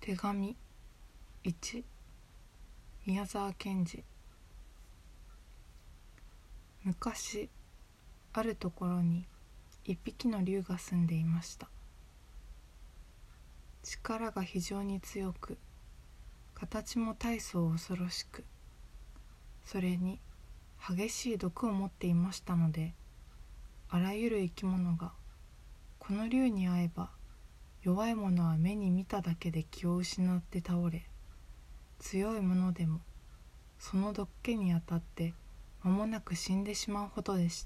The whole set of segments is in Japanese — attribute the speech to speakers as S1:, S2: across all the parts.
S1: 手紙1、宮沢賢治。昔あるところに一匹の竜が住んでいました。力が非常に強く、形も大層恐ろしく、それに激しい毒を持っていましたので、あらゆる生き物がこの竜に会えば、弱い者は目に見ただけで気を失って倒れ、強い者でもその毒気に当たって間もなく死んでしまうほどでした。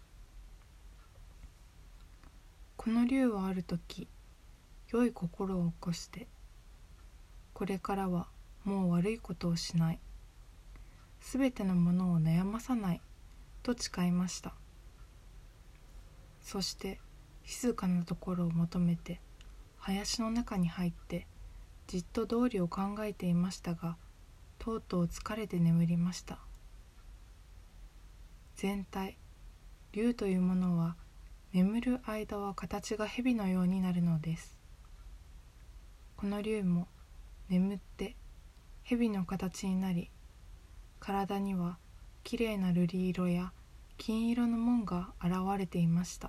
S1: この竜はある時、良い心を起こして、これからはもう悪いことをしない、すべてのものを悩まさないと誓いました。そして静かなところを求めて林の中に入ってじっと道理を考えていましたが、とうとう疲れて眠りました。全体、竜というものは眠る間は形が蛇のようになるのです。この竜も眠って蛇の形になり、体にはきれいな瑠璃色や金色の紋が現れていました。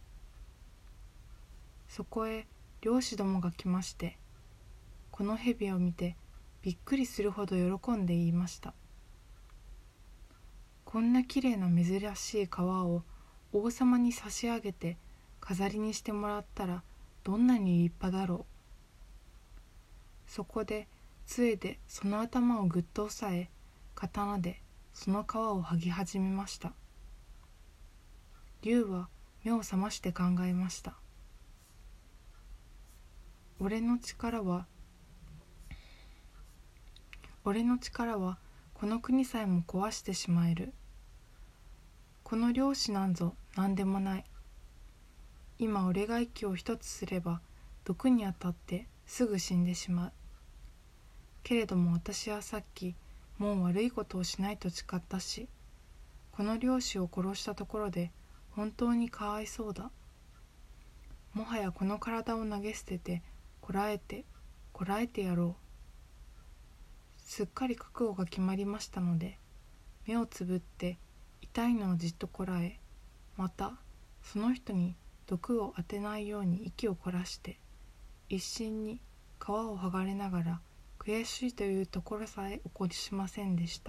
S1: そこへ漁師どもが来まして、この蛇を見てびっくりするほど喜んで言いました。こんなきれいな珍しい革を王様に差し上げて飾りにしてもらったらどんなに立派だろう。そこで杖でその頭をぐっと押さえ、刀でその皮を剥ぎ始めました。竜は目を覚まして考えました。俺の力はこの国さえも壊してしまえる。この漁師なんぞ何でもない。今俺が息を一つすれば毒に当たってすぐ死んでしまう。けれども私はさっきもう悪いことをしないと誓ったし、この漁師を殺したところで本当にかわいそうだ。もはやこの体を投げ捨ててこらえてやろう。すっかり覚悟が決まりましたので、目をつぶって痛いのをじっとこらえ、またその人に毒を当てないように息を凝らして、一心に皮を剥がれながら悔しいというところさえ起こしませんでした。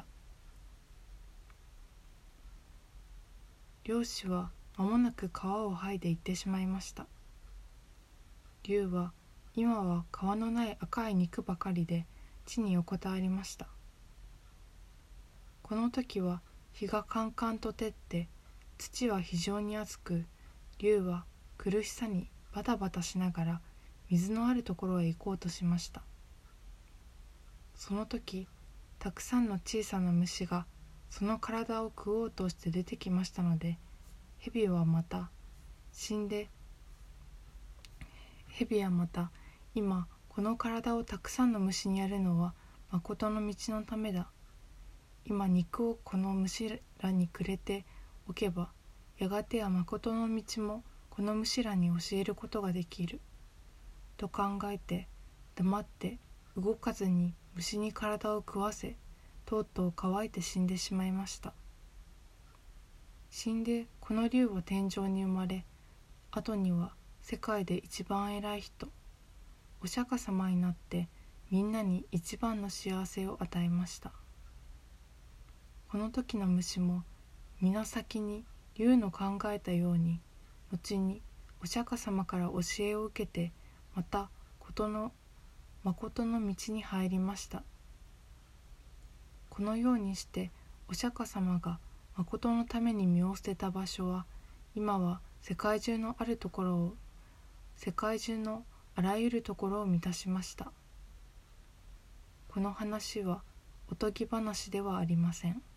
S1: 漁師は間もなく皮を剥いで行ってしまいました。竜は今は皮のない赤い肉ばかりで地に横たわりました。この時は日がカンカンと照って、土は非常に熱く、竜は苦しさにバタバタしながら水のあるところへ行こうとしました。その時、たくさんの小さな虫がその体を食おうとして出てきましたので、蛇はまた今この体をたくさんの虫にやるのは誠の道のためだ。今肉をこの虫らにくれておけば、やがては誠の道もこの虫らに教えることができると考えて、黙って動かずに虫に体を食わせ、とうとう乾いて死んでしまいました。死んでこの竜は天上に生まれ、後には世界で一番偉い人、お釈迦様になってみんなに一番の幸せを与えました。この時の虫も皆先に竜の考えたように、後にお釈迦様から教えを受けて、また誠の道に入りました。このようにしてお釈迦様が誠のために身を捨てた場所は、今は世界中のあらゆるところを満たしました。この話はおとぎ話ではありません。